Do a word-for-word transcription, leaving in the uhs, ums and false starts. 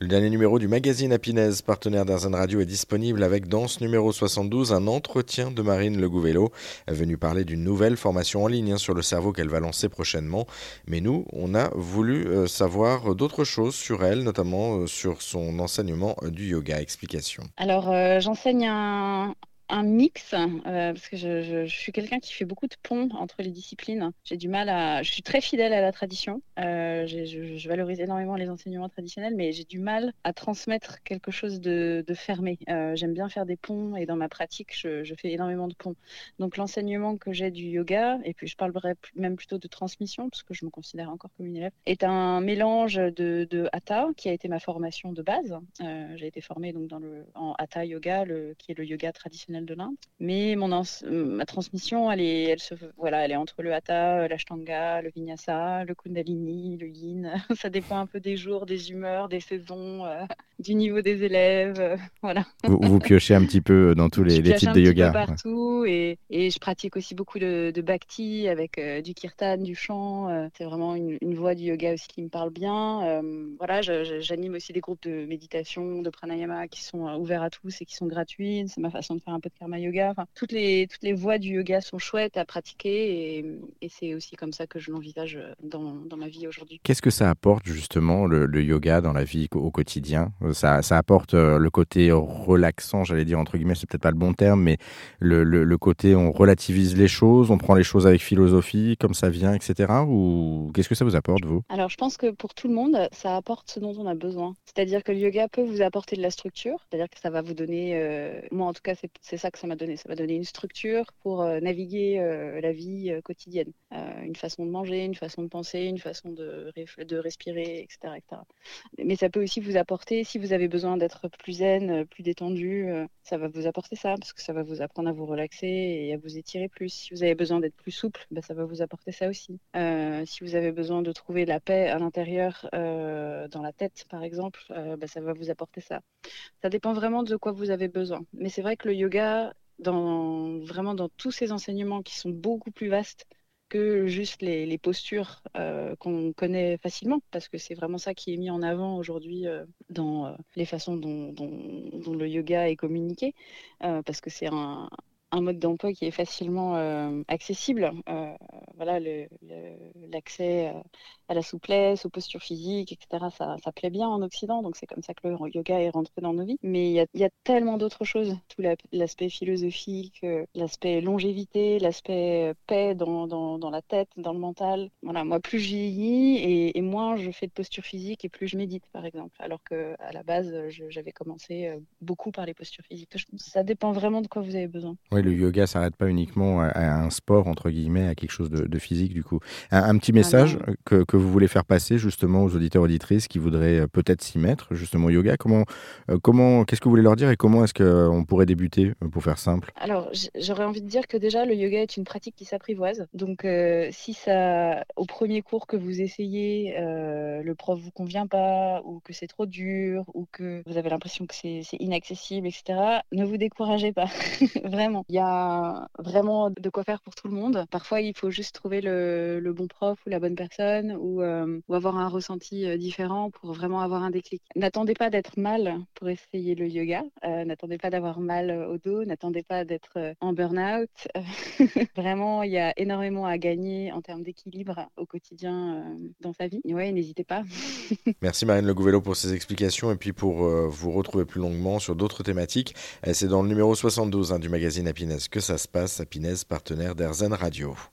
Le dernier numéro du magazine Happiness, partenaire d'Airzen Radio, est disponible avec dans ce numéro soixante-douze un entretien de Marine Le Gouvello, venue parler d'une nouvelle formation en ligne hein, sur le cerveau qu'elle va lancer prochainement. Mais nous, on a voulu euh, savoir d'autres choses sur elle, notamment euh, sur son enseignement euh, du yoga. Explication. Alors, euh, j'enseigne un, un mix, euh, parce que je, je- je suis quelqu'un qui fait beaucoup de ponts entre les disciplines. J'ai du mal à... Je suis très fidèle à la tradition. Euh, j'ai- je, je valorise énormément les enseignements traditionnels, mais j'ai du mal à transmettre quelque chose de, de fermé. Euh, j'aime bien faire des ponts et dans ma pratique, je, je fais énormément de ponts. Donc, l'enseignement que j'ai du yoga, et puis je parlerai plus- même plutôt de transmission, parce que je me considère encore comme une élève, est un mélange de, de Hatha, qui a été ma formation de base. Euh, j'ai été formée donc dans le, en Hatha Yoga, le, qui est le yoga traditionnel de l'Inde. Mais mon ense- ma transmission, elle est, elle se, voilà, elle est entre le Hatha, l'Ashtanga, le Vinyasa, le Kundalini, le Yin. Ça dépend un peu des jours, des humeurs, des saisons, euh, du niveau des élèves. euh, voilà. Vous, vous piochez un petit peu dans tous Je les, les pioche types un de petit peu yoga. Ouais. partout et, et je pratique aussi beaucoup de, de bhakti avec euh, du kirtan, du chant. euh, c'est vraiment une, une voie du yoga aussi qui me parle bien. Euh, voilà, je- je- j'anime aussi des groupes de méditation, de pranayama qui sont euh, ouverts à tous et qui sont gratuits. C'est ma façon de faire un peu de karma yoga. Enfin, toutes les, toutes les voies du yoga sont chouettes à pratiquer et, et c'est aussi comme ça que je l'envisage dans, dans ma vie aujourd'hui. Qu'est-ce que ça apporte justement le, le yoga dans la vie au quotidien? Ça, ça apporte euh, le côté relaxant, j'allais dire entre guillemets, c'est peut-être pas le bon terme, mais le, le, le côté on relativise les choses, on prend les choses avec philosophie, comme ça vient, et cetera. Ou qu'est-ce que ça vous apporte, vous? Alors, je pense que pour tout le monde, ça apporte ce dont on a besoin. C'est-à-dire que le yoga peut vous apporter de la structure, c'est-à-dire que ça va vous donner, euh, moi en tout cas, c'est c'est ça que ça m'a donné. Ça m'a donné une structure pour euh, naviguer euh, la vie euh, quotidienne. Euh, une façon de manger, une façon de penser, une façon de, réf- de respirer, et cetera, et cetera. Mais ça peut aussi vous apporter, si vous avez besoin d'être plus zen, euh, plus détendu, euh, ça va vous apporter ça, parce que ça va vous apprendre à vous relaxer et à vous étirer plus. Si vous avez besoin d'être plus souple, bah, ça va vous apporter ça aussi. Euh, si vous avez besoin de trouver la paix à l'intérieur, euh, dans la tête, par exemple, euh, bah, ça va vous apporter ça. Ça dépend vraiment de quoi vous avez besoin. Mais c'est vrai que le yoga, dans, vraiment dans tous ces enseignements qui sont beaucoup plus vastes que juste les, les postures euh, qu'on connaît facilement, parce que c'est vraiment ça qui est mis en avant aujourd'hui euh, dans euh, les façons dont, dont- dont le yoga est communiqué, euh, parce que c'est un, un mode d'emploi qui est facilement euh, accessible. Euh, voilà, le- le- l'accès euh, à la souplesse, aux postures physiques, et cetera, ça, ça plaît bien en Occident, donc c'est comme ça que le yoga est rentré dans nos vies. Mais il y a, il y a tellement d'autres choses, tout la- l'aspect philosophique, euh, l'aspect longévité, l'aspect euh, paix dans, dans, dans la tête, dans le mental. Voilà, moi, plus je vieillis et, et moins je fais de postures physiques et plus je médite, par exemple. Alors que à la base, je- j'avais commencé euh, beaucoup par les postures physiques. Je- Ça dépend vraiment de quoi vous avez besoin. Oui, le yoga s'arrête pas uniquement à, à un sport, entre guillemets, à quelque chose de, de physique, du coup. Un, un petit Ah message non. que, que vous voulez faire passer, justement, aux auditeurs, auditrices qui voudraient euh, peut-être s'y mettre, justement, au yoga. Comment, euh, comment, qu'est-ce que vous voulez leur dire et comment est-ce qu'on pourrait débuter, euh, pour faire simple? Alors, j- j'aurais envie de dire que déjà, le yoga est une pratique qui s'apprivoise. Donc, euh, si ça, au premier cours que vous essayez, euh, le prof vous convient pas, ou que c'est trop dur, ou que vous avez l'impression que c'est c'est inaccessible, et cetera, ne vous découragez pas. Vraiment. Il y a vraiment de quoi faire pour tout le monde. Parfois, il faut juste trouver le, le bon prof ou la bonne personne, ou, euh, ou avoir un ressenti euh, différent pour vraiment avoir un déclic. N'attendez pas d'être mal pour essayer le yoga. Euh, n'attendez pas d'avoir mal euh, au dos. N'attendez pas d'être euh, en burn-out. Vraiment, il y a énormément à gagner en termes d'équilibre au quotidien euh, dans sa vie. Ouais, n'hésitez pas. Merci Marine Le Gouvello pour ces explications et puis pour euh, vous retrouver plus longuement sur d'autres thématiques. Euh, C'est dans le numéro soixante-douze hein, du magazine Happiness que ça se passe. Happiness, partenaire d'Airzen Radio.